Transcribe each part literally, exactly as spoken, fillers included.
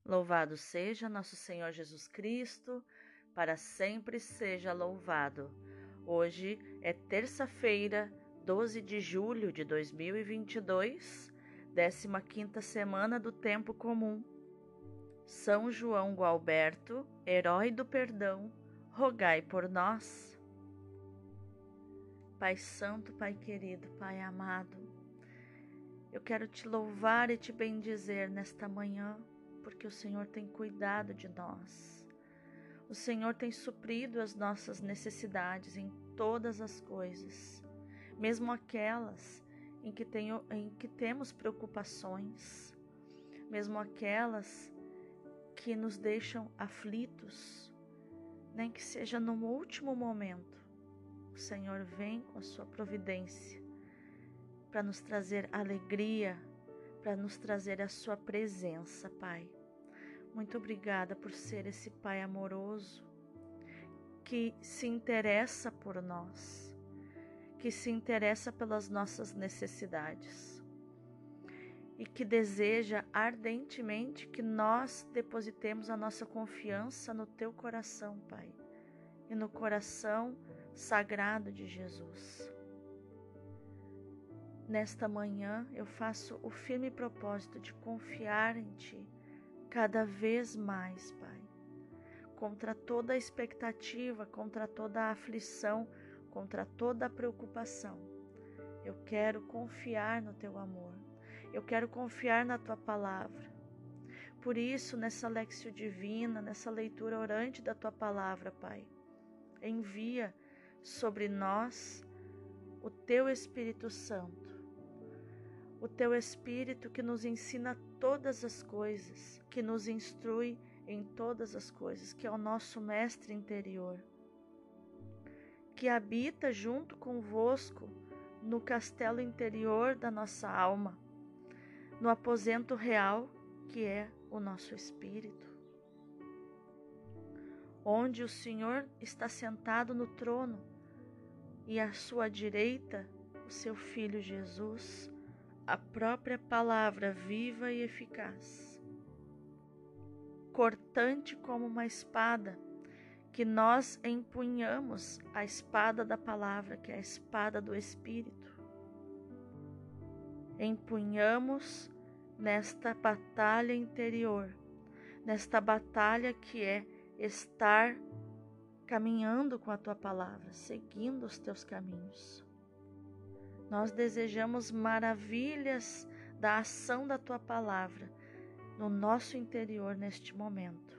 Louvado seja nosso Senhor Jesus Cristo, para sempre seja louvado. Hoje é terça-feira, doze de julho de dois mil e vinte e dois, décima quinta semana do Tempo Comum. São João Gualberto, herói do perdão, rogai por nós. Pai Santo, Pai querido, Pai amado, eu quero te louvar e te bendizer nesta manhã, porque o Senhor tem cuidado de nós. O Senhor tem suprido as nossas necessidades em todas as coisas, mesmo aquelas em que, tenho, em que temos preocupações, mesmo aquelas que nos deixam aflitos, nem que seja no último momento. O Senhor vem com a sua providência para nos trazer alegria, para nos trazer a sua presença, Pai. Muito obrigada por ser esse Pai amoroso, que se interessa por nós, que se interessa pelas nossas necessidades e que deseja ardentemente que nós depositemos a nossa confiança no Teu coração, Pai, e no coração sagrado de Jesus. Nesta manhã eu faço o firme propósito de confiar em Ti cada vez mais, Pai, contra toda a expectativa, contra toda a aflição, contra toda a preocupação. Eu quero confiar no Teu amor, eu quero confiar na Tua palavra. Por isso, nessa Léxio Divina, nessa leitura orante da Tua palavra, Pai, envia sobre nós o Teu Espírito Santo, o Teu Espírito que nos ensina todas as coisas, que nos instrui em todas as coisas, que é o nosso mestre interior, que habita junto convosco no castelo interior da nossa alma, no aposento real que é o nosso espírito, onde o Senhor está sentado no trono e à sua direita o seu Filho Jesus, a própria palavra viva e eficaz, cortante como uma espada, que nós empunhamos a espada da palavra, que é a espada do Espírito. Empunhamos nesta batalha interior, nesta batalha que é estar caminhando com a Tua palavra, seguindo os Teus caminhos. Nós desejamos maravilhas da ação da Tua palavra no nosso interior neste momento.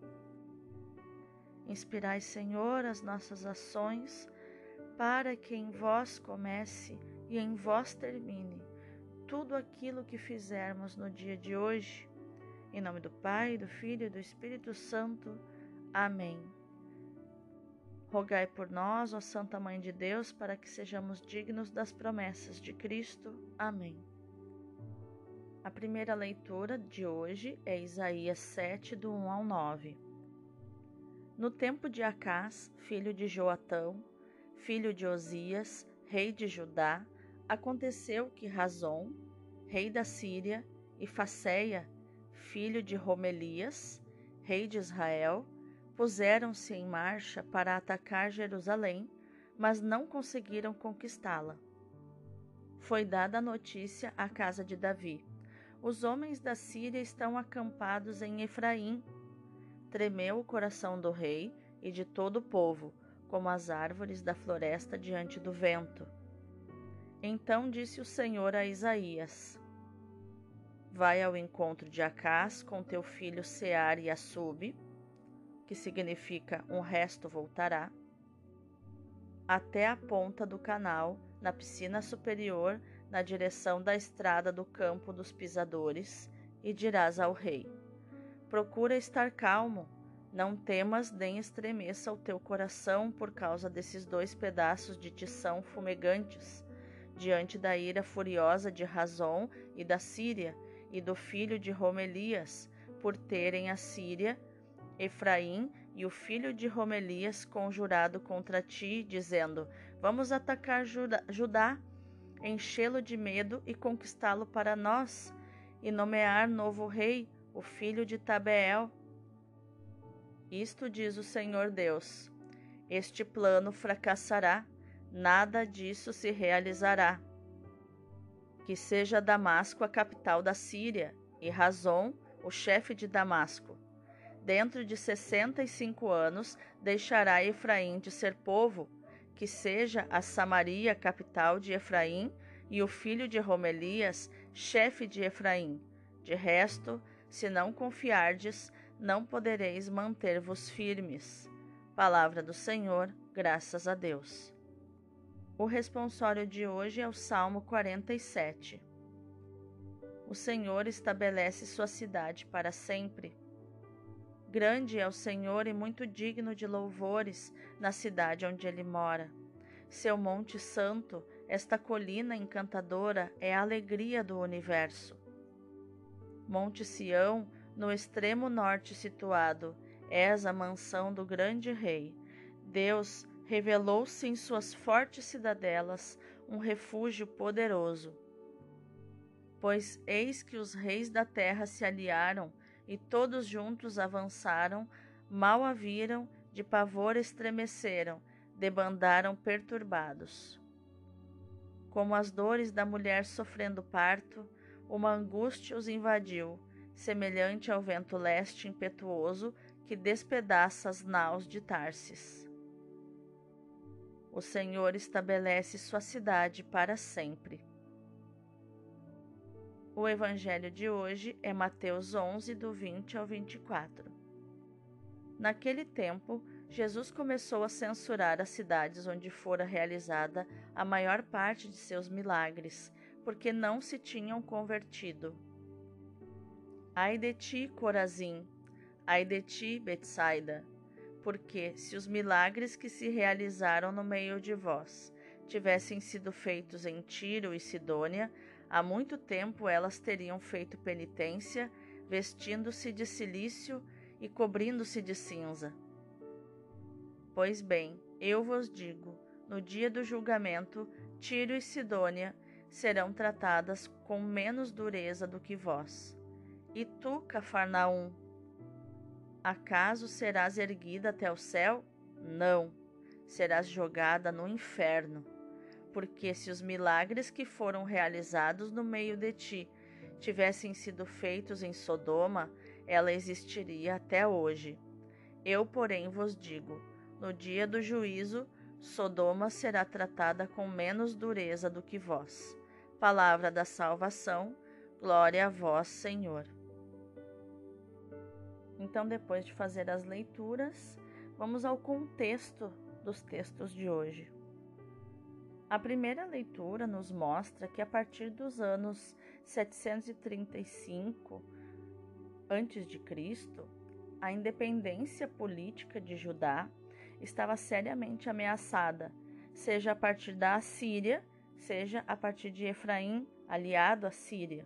Inspirai, Senhor, as nossas ações, para que em vós comece e em vós termine tudo aquilo que fizermos no dia de hoje. Em nome do Pai, do Filho e do Espírito Santo. Amém. Rogai por nós, ó Santa Mãe de Deus, para que sejamos dignos das promessas de Cristo. Amém. A primeira leitura de hoje é Isaías sete, do um ao nove. No tempo de Acás, filho de Joatão, filho de Osias, rei de Judá, aconteceu que Razom, rei da Síria, e Faceia, filho de Romelias, rei de Israel, puseram-se em marcha para atacar Jerusalém, mas não conseguiram conquistá-la. Foi dada a notícia à casa de Davi: os homens da Síria estão acampados em Efraim. Tremeu o coração do rei e de todo o povo, como as árvores da floresta diante do vento. Então disse o Senhor a Isaías: vai ao encontro de Acás com teu filho Sear e Assub, que significa um resto voltará, até a ponta do canal, na piscina superior, na direção da estrada do campo dos pisadores, e dirás ao rei: procura estar calmo, não temas nem estremeça o teu coração por causa desses dois pedaços de tição fumegantes, diante da ira furiosa de Razom e da Síria, e do filho de Romelias, por terem a Síria, Efraim e o filho de Romelias conjurado contra ti, dizendo: vamos atacar Judá, enchê-lo de medo e conquistá-lo para nós, e nomear novo rei, o filho de Tabeel. Isto diz o Senhor Deus: este plano fracassará, nada disso se realizará. Que seja Damasco a capital da Síria, e Razon o chefe de Damasco. Dentro de sessenta e cinco anos deixará Efraim de ser povo, que seja a Samaria capital de Efraim, e o filho de Romelias, chefe de Efraim. De resto, se não confiardes, não podereis manter-vos firmes. Palavra do Senhor, graças a Deus. O responsório de hoje é o Salmo quarenta e sete. O Senhor estabelece sua cidade para sempre. Grande é o Senhor e muito digno de louvores na cidade onde ele mora. Seu monte santo, esta colina encantadora, é a alegria do universo. Monte Sião, no extremo norte situado, és a mansão do grande rei. Deus revelou-se em suas fortes cidadelas, um refúgio poderoso. Pois eis que os reis da terra se aliaram, e todos juntos avançaram, mal a viram, de pavor estremeceram, debandaram perturbados. Como as dores da mulher sofrendo parto, uma angústia os invadiu, semelhante ao vento leste impetuoso que despedaça as naus de Tarsis. O Senhor estabelece sua cidade para sempre. O evangelho de hoje é Mateus onze, do vinte ao vinte e quatro. Naquele tempo, Jesus começou a censurar as cidades onde fora realizada a maior parte de seus milagres, porque não se tinham convertido. Ai de ti, Corazim! Ai de ti, Betsaida! Porque se os milagres que se realizaram no meio de vós tivessem sido feitos em Tiro e Sidônia, há muito tempo elas teriam feito penitência, vestindo-se de cilício e cobrindo-se de cinza. Pois bem, eu vos digo, no dia do julgamento, Tiro e Sidônia serão tratadas com menos dureza do que vós. E tu, Cafarnaum, acaso serás erguida até o céu? Não, serás jogada no inferno. Porque se os milagres que foram realizados no meio de ti tivessem sido feitos em Sodoma, ela existiria até hoje. Eu, porém, vos digo, no dia do juízo, Sodoma será tratada com menos dureza do que vós. Palavra da salvação, glória a vós, Senhor. Então, depois de fazer as leituras, vamos ao contexto dos textos de hoje. A primeira leitura nos mostra que a partir dos anos setecentos e trinta e cinco antes de Cristo, a independência política de Judá estava seriamente ameaçada, seja a partir da Assíria, seja a partir de Efraim, aliado à Síria.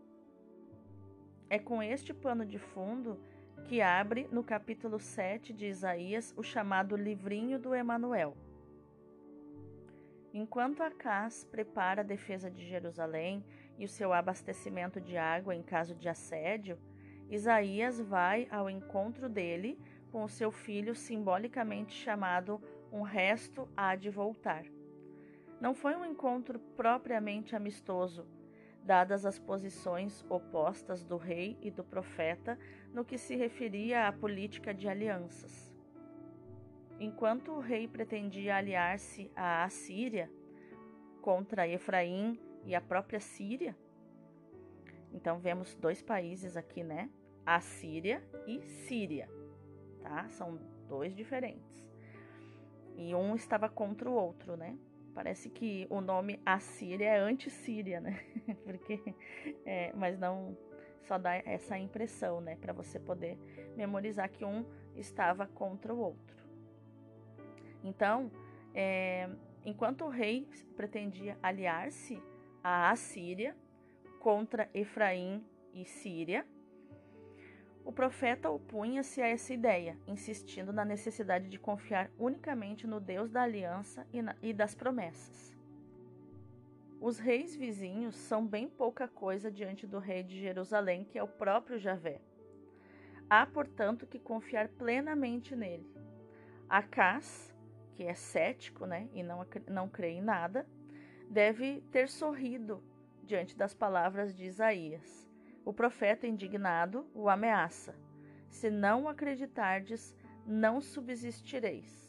É com este pano de fundo que abre no capítulo sete de Isaías o chamado Livrinho do Emanuel. Enquanto Acás prepara a defesa de Jerusalém e o seu abastecimento de água em caso de assédio, Isaías vai ao encontro dele com o seu filho simbolicamente chamado Um Resto Há de Voltar. Não foi um encontro propriamente amistoso, dadas as posições opostas do rei e do profeta no que se referia à política de alianças. Enquanto o rei pretendia aliar-se à Assíria contra Efraim e a própria Síria, então vemos dois países aqui, né? Assíria e Síria, tá? São dois diferentes. E um estava contra o outro, né? Parece que o nome Assíria é anti-Síria, né? Porque, é, mas não só dá essa impressão, né? Para você poder memorizar que um estava contra o outro. Então, é, enquanto o rei pretendia aliar-se à Assíria contra Efraim e Síria, o profeta opunha-se a essa ideia, insistindo na necessidade de confiar unicamente no Deus da aliança e, na, e das promessas. Os reis vizinhos são bem pouca coisa diante do rei de Jerusalém, que é o próprio Javé. Há, portanto, que confiar plenamente nele. Acás, que é cético, né, e não, não crê em nada, deve ter sorrido diante das palavras de Isaías. O profeta, indignado, o ameaça: se não acreditardes, não subsistireis.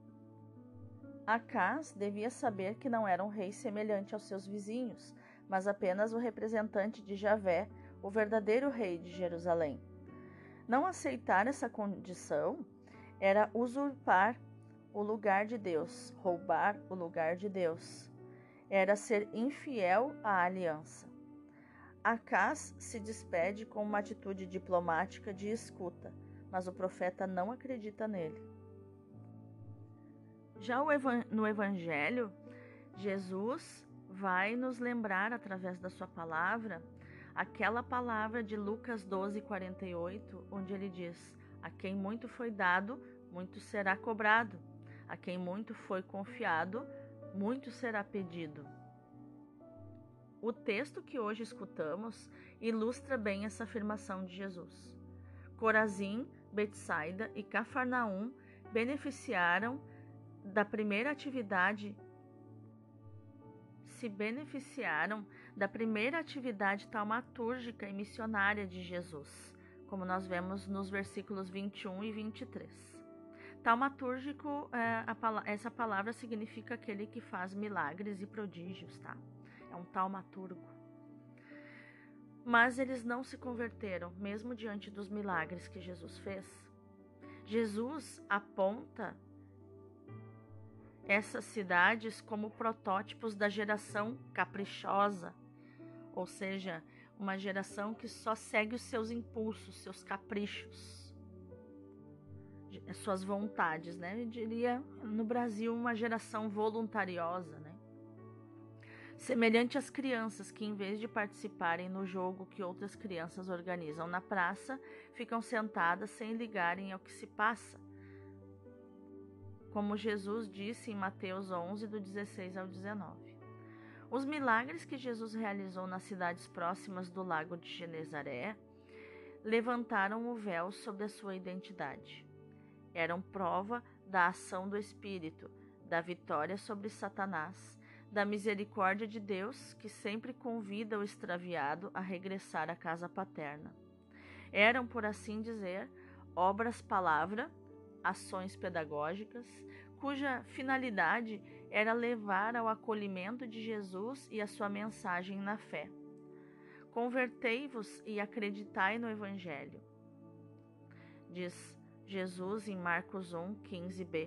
Acás devia saber que não era um rei semelhante aos seus vizinhos, mas apenas o representante de Javé, o verdadeiro rei de Jerusalém. Não aceitar essa condição era usurpar o lugar de Deus, roubar o lugar de Deus. Era ser infiel à aliança. Acás se despede com uma atitude diplomática de escuta, mas o profeta não acredita nele. Já no Evangelho, Jesus vai nos lembrar, através da sua palavra, aquela palavra de Lucas doze, quarenta e oito, onde ele diz: a quem muito foi dado, muito será cobrado. A quem muito foi confiado, muito será pedido. O texto que hoje escutamos ilustra bem essa afirmação de Jesus. Corazim, Betsaida e Cafarnaum beneficiaram da primeira atividade, se beneficiaram da primeira atividade taumatúrgica e missionária de Jesus, como nós vemos nos versículos vinte e um e vinte e três. Taumatúrgico, é, a, essa palavra significa aquele que faz milagres e prodígios, tá? É um taumaturgo. Mas eles não se converteram, mesmo diante dos milagres que Jesus fez. Jesus aponta essas cidades como protótipos da geração caprichosa, ou seja, uma geração que só segue os seus impulsos, seus caprichos, suas vontades, né? Eu diria, no Brasil, uma geração voluntariosa, né? Semelhante às crianças que, em vez de participarem no jogo que outras crianças organizam na praça, ficam sentadas sem ligarem ao que se passa. Como Jesus disse em Mateus onze, do dezesseis ao dezenove. Os milagres que Jesus realizou nas cidades próximas do lago de Genezaré levantaram o véu sobre a sua identidade. Eram prova da ação do Espírito, da vitória sobre Satanás, da misericórdia de Deus, que sempre convida o extraviado a regressar à casa paterna. Eram, por assim dizer, obras-palavra, ações pedagógicas, cuja finalidade era levar ao acolhimento de Jesus e a sua mensagem na fé. Convertei-vos e acreditai no Evangelho, diz Jesus em Marcos um, quinze b.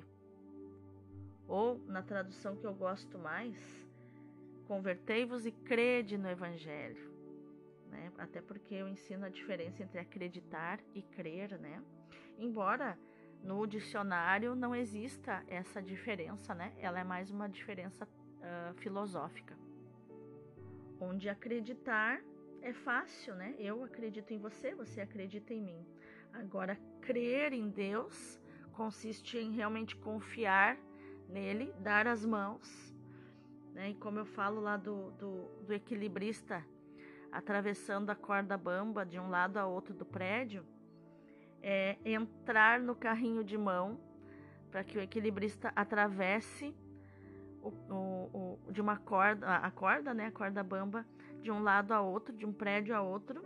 Ou, na tradução que eu gosto mais, convertei-vos e crede no Evangelho. Né? Até porque eu ensino a diferença entre acreditar e crer, né? Embora no dicionário não exista essa diferença, né? Ela é mais uma diferença uh, filosófica. Onde acreditar é fácil, né? Eu acredito em você, você acredita em mim. Agora, crer em Deus consiste em realmente confiar nele, dar as mãos, né? E como eu falo lá do, do, do equilibrista atravessando a corda bamba de um lado a outro do prédio, é entrar no carrinho de mão para que o equilibrista atravesse o, o, o, de uma corda, a corda, né, a corda bamba, de um lado a outro, de um prédio a outro,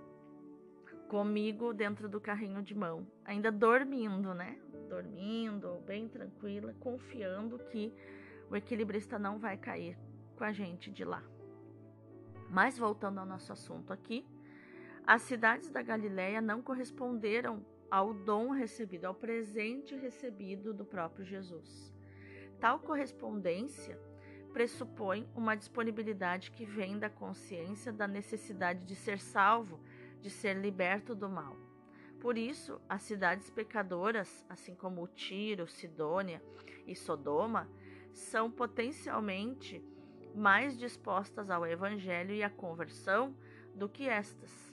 comigo dentro do carrinho de mão, ainda dormindo, né, dormindo, bem tranquila, confiando que o equilibrista não vai cair com a gente de lá. Mas voltando ao nosso assunto aqui, as cidades da Galileia não corresponderam ao dom recebido, ao presente recebido do próprio Jesus. Tal correspondência pressupõe uma disponibilidade que vem da consciência da necessidade de ser salvo, de ser liberto do mal. Por isso, as cidades pecadoras, assim como Tiro, Sidônia e Sodoma, são potencialmente mais dispostas ao Evangelho e à conversão do que estas.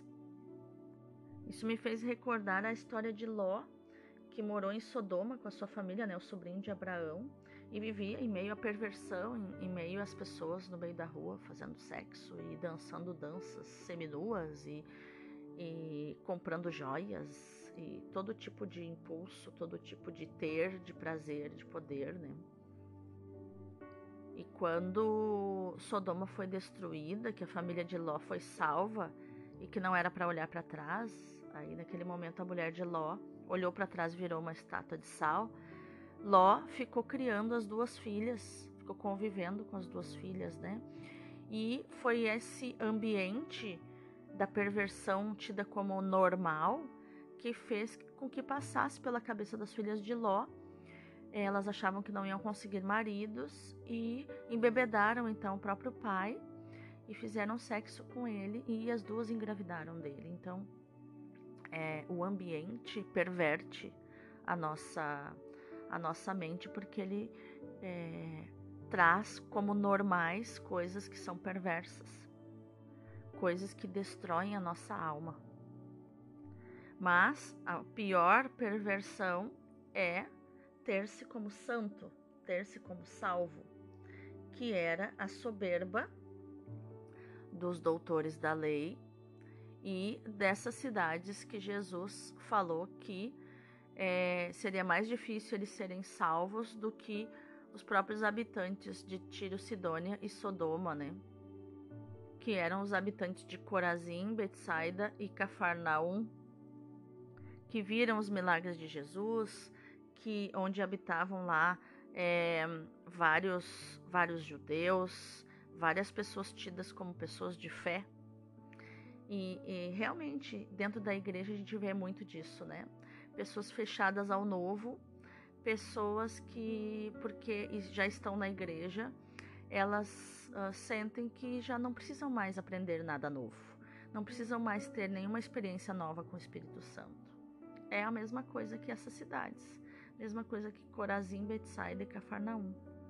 Isso me fez recordar a história de Ló, que morou em Sodoma com a sua família, né, o sobrinho de Abraão, e vivia em meio à perversão, em, em meio às pessoas no meio da rua, fazendo sexo e dançando danças seminuas e, e comprando joias e todo tipo de impulso, todo tipo de ter, de prazer, de poder, né? E quando Sodoma foi destruída, que a família de Ló foi salva e que não era para olhar para trás, aí naquele momento a mulher de Ló olhou para trás e virou uma estátua de sal. Ló ficou criando as duas filhas, ficou convivendo com as duas filhas, né? E foi esse ambiente da perversão tida como normal que fez com que passasse pela cabeça das filhas de Ló. Elas achavam que não iam conseguir maridos e embebedaram então o próprio pai e fizeram sexo com ele e as duas engravidaram dele. Então, é, o ambiente perverte a nossa, a nossa mente porque ele é, traz como normais coisas que são perversas, coisas que destroem a nossa alma. Mas a pior perversão é ter-se como santo, ter-se como salvo, que era a soberba dos doutores da lei e dessas cidades que Jesus falou que é, seria mais difícil eles serem salvos do que os próprios habitantes de Tiro, Sidônia e Sodoma, né? Que eram os habitantes de Corazim, Betsaida e Cafarnaum, que viram os milagres de Jesus, que onde habitavam lá é, vários, vários judeus, várias pessoas tidas como pessoas de fé. E, e realmente, dentro da igreja a gente vê muito disso, né? Pessoas fechadas ao novo, pessoas que, porque já estão na igreja, elas uh, sentem que já não precisam mais aprender nada novo, não precisam mais ter nenhuma experiência nova com o Espírito Santo. É a mesma coisa que essas cidades, mesma coisa que Corazim, Betsaida e Cafarnaum.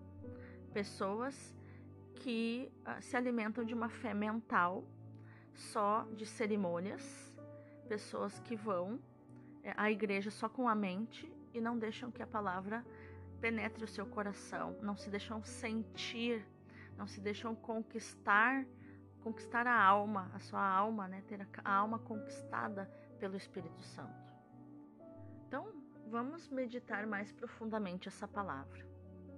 Pessoas que uh, se alimentam de uma fé mental, só de cerimônias, pessoas que vão é, à igreja só com a mente e não deixam que a palavra penetre o seu coração, não se deixam sentir, não se deixam conquistar, conquistar a alma, a sua alma, né? Ter a alma conquistada pelo Espírito Santo. Então, vamos meditar mais profundamente essa palavra.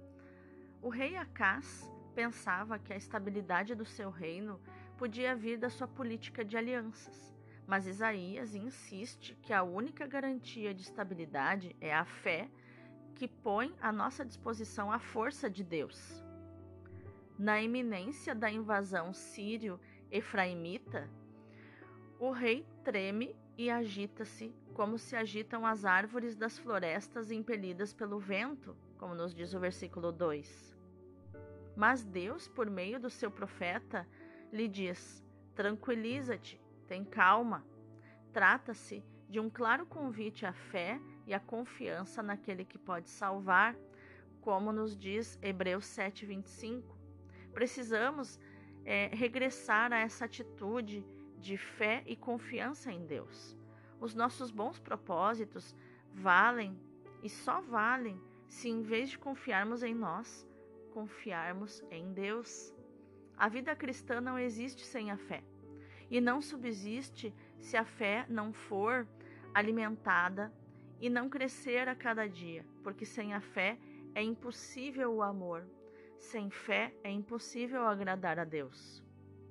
O rei Acás pensava que a estabilidade do seu reino podia vir da sua política de alianças, mas Isaías insiste que a única garantia de estabilidade é a fé que põe à nossa disposição a força de Deus. Na iminência da invasão sírio-efraimita, o rei treme e agita-se como se agitam as árvores das florestas impelidas pelo vento, como nos diz o versículo dois. Mas Deus, por meio do seu profeta, lhe diz: tranquiliza-te, tem calma. Trata-se de um claro convite à fé e à confiança naquele que pode salvar, como nos diz Hebreus sete, vinte e cinco. Precisamos é, regressar a essa atitude de fé e confiança em Deus. Os nossos bons propósitos valem e só valem se, em vez de confiarmos em nós, confiarmos em Deus. A vida cristã não existe sem a fé e não subsiste se a fé não for alimentada e não crescer a cada dia, porque sem a fé é impossível o amor, sem fé é impossível agradar a Deus.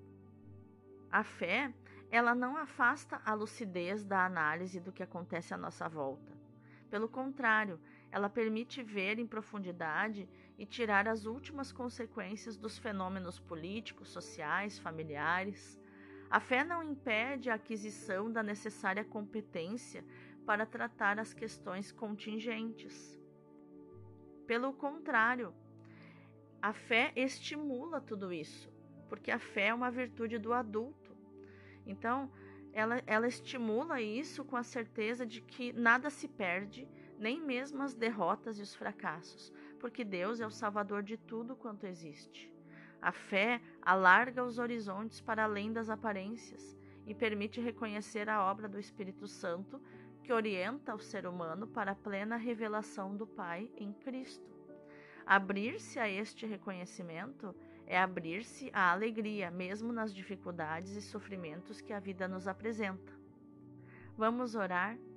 A fé, ela não afasta a lucidez da análise do que acontece à nossa volta. Pelo contrário, ela permite ver em profundidade e tirar as últimas consequências dos fenômenos políticos, sociais, familiares. A fé não impede a aquisição da necessária competência para tratar as questões contingentes. Pelo contrário, a fé estimula tudo isso, porque a fé é uma virtude do adulto. Então, ela, ela estimula isso com a certeza de que nada se perde, nem mesmo as derrotas e os fracassos, porque Deus é o Salvador de tudo quanto existe. A fé alarga os horizontes para além das aparências e permite reconhecer a obra do Espírito Santo, que orienta o ser humano para a plena revelação do Pai em Cristo. Abrir-se a este reconhecimento é abrir-se à alegria, mesmo nas dificuldades e sofrimentos que a vida nos apresenta. Vamos orar?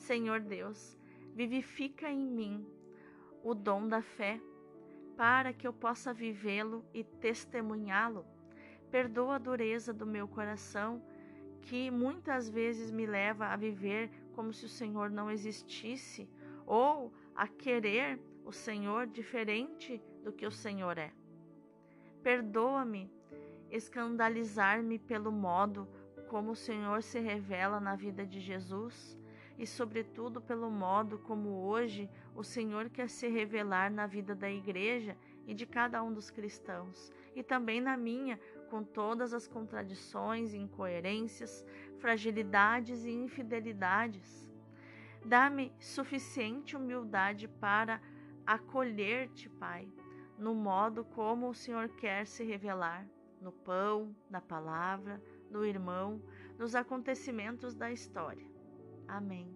Senhor Deus, vivifica em mim o dom da fé, para que eu possa vivê-lo e testemunhá-lo. Perdoa a dureza do meu coração, que muitas vezes me leva a viver como se o Senhor não existisse, ou a querer o Senhor diferente do que o Senhor é. Perdoa-me escandalizar-me pelo modo como o Senhor se revela na vida de Jesus e, sobretudo, pelo modo como hoje o Senhor quer se revelar na vida da igreja e de cada um dos cristãos, e também na minha, com todas as contradições, incoerências, fragilidades e infidelidades. Dá-me suficiente humildade para acolher-te, Pai, no modo como o Senhor quer se revelar, no pão, na palavra, no irmão, nos acontecimentos da história. Amém.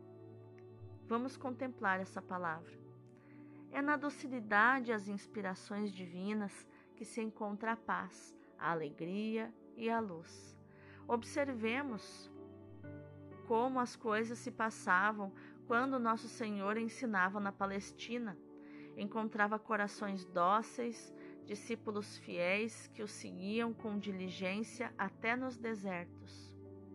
Vamos contemplar essa palavra. É na docilidade às inspirações divinas que se encontra a paz, a alegria e a luz. Observemos como as coisas se passavam quando nosso Senhor ensinava na Palestina. Encontrava corações dóceis, discípulos fiéis que o seguiam com diligência até nos desertos.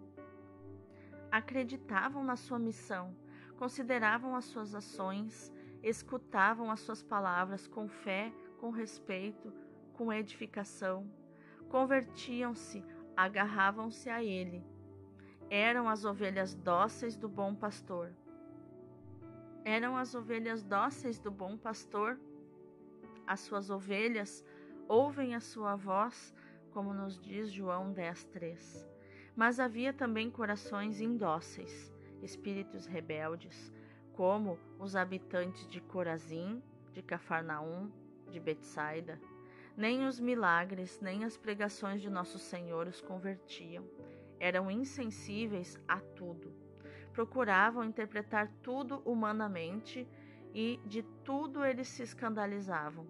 Acreditavam na sua missão, consideravam as suas ações, escutavam as suas palavras com fé, com respeito, com edificação. Convertiam-se, agarravam-se a ele. Eram as ovelhas dóceis do bom pastor. Eram as ovelhas dóceis do bom pastor. As suas ovelhas ouvem a sua voz, como nos diz João dez, três. Mas havia também corações indóceis, espíritos rebeldes, como os habitantes de Corazim, de Cafarnaum, de Betsaida. Nem os milagres, nem as pregações de nosso Senhor os convertiam. Eram insensíveis a tudo. Procuravam interpretar tudo humanamente e de tudo eles se escandalizavam.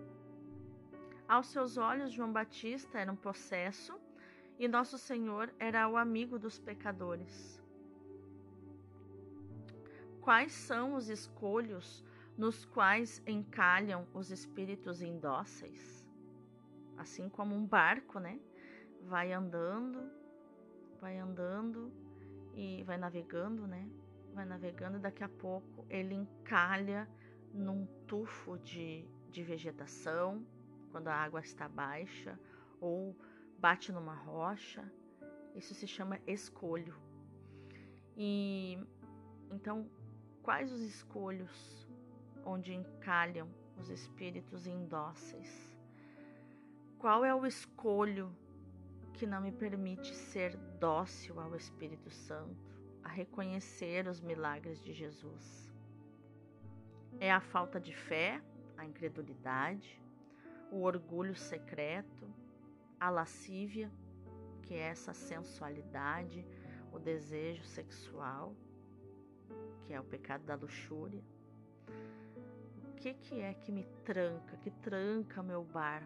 Aos seus olhos, João Batista era um possesso e nosso Senhor era o amigo dos pecadores. Quais são os escolhos nos quais encalham os espíritos indóceis? Assim como um barco, né? Vai andando, vai andando e vai navegando, né? Vai navegando e daqui a pouco ele encalha num tufo de, de vegetação, quando a água está baixa, ou bate numa rocha. Isso se chama escolho. E então, quais os escolhos onde encalham os espíritos indóceis? Qual é o escolho que não me permite ser dócil ao Espírito Santo, a reconhecer os milagres de Jesus? É a falta de fé, a incredulidade, o orgulho secreto, a lascívia, que é essa sensualidade, o desejo sexual, que é o pecado da luxúria. O que, que é que me tranca, que tranca meu barco,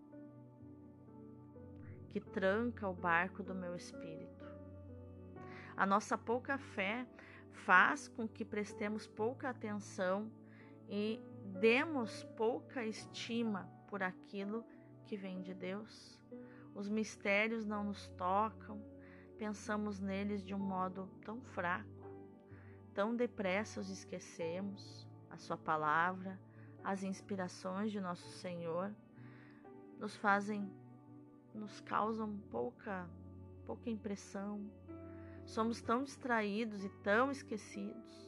que tranca o barco do meu espírito? A nossa pouca fé faz com que prestemos pouca atenção e demos pouca estima por aquilo que vem de Deus. Os mistérios não nos tocam, pensamos neles de um modo tão fraco, tão depressa os esquecemos. A sua palavra, as inspirações de nosso Senhor nos fazem, nos causam pouca, pouca impressão. Somos tão distraídos e tão esquecidos.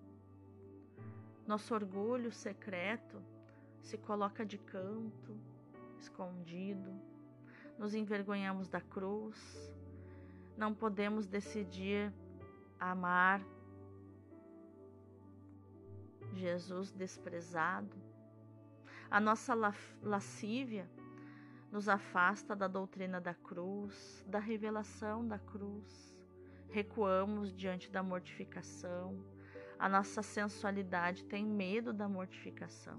Nosso orgulho secreto se coloca de canto, escondido. Nos envergonhamos da cruz. Não podemos decidir amar Jesus desprezado. A nossa lascívia nos afasta da doutrina da cruz, da revelação da cruz. Recuamos diante da mortificação. A nossa sensualidade tem medo da mortificação.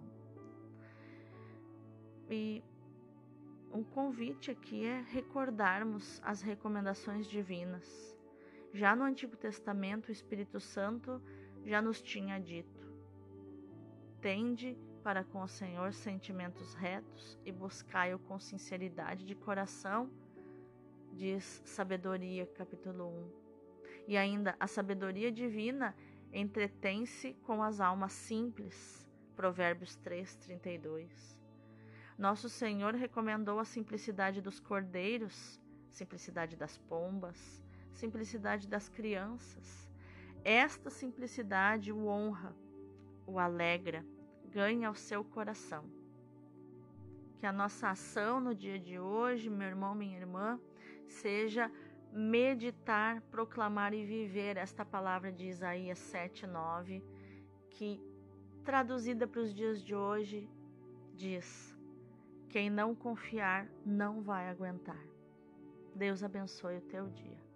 E um convite aqui é recordarmos as recomendações divinas. Já no Antigo Testamento, o Espírito Santo já nos tinha dito: tende para com o Senhor sentimentos retos e buscai-o com sinceridade de coração, diz Sabedoria, capítulo um. E ainda, a sabedoria divina entretém-se com as almas simples, Provérbios três, trinta e dois. Nosso Senhor recomendou a simplicidade dos cordeiros, simplicidade das pombas, simplicidade das crianças. Esta simplicidade o honra, o alegra, ganha o seu coração. Que a nossa ação no dia de hoje, meu irmão, minha irmã, seja meditar, proclamar e viver esta palavra de Isaías sete, nove, que, traduzida para os dias de hoje, diz: quem não confiar não vai aguentar. Deus abençoe o teu dia.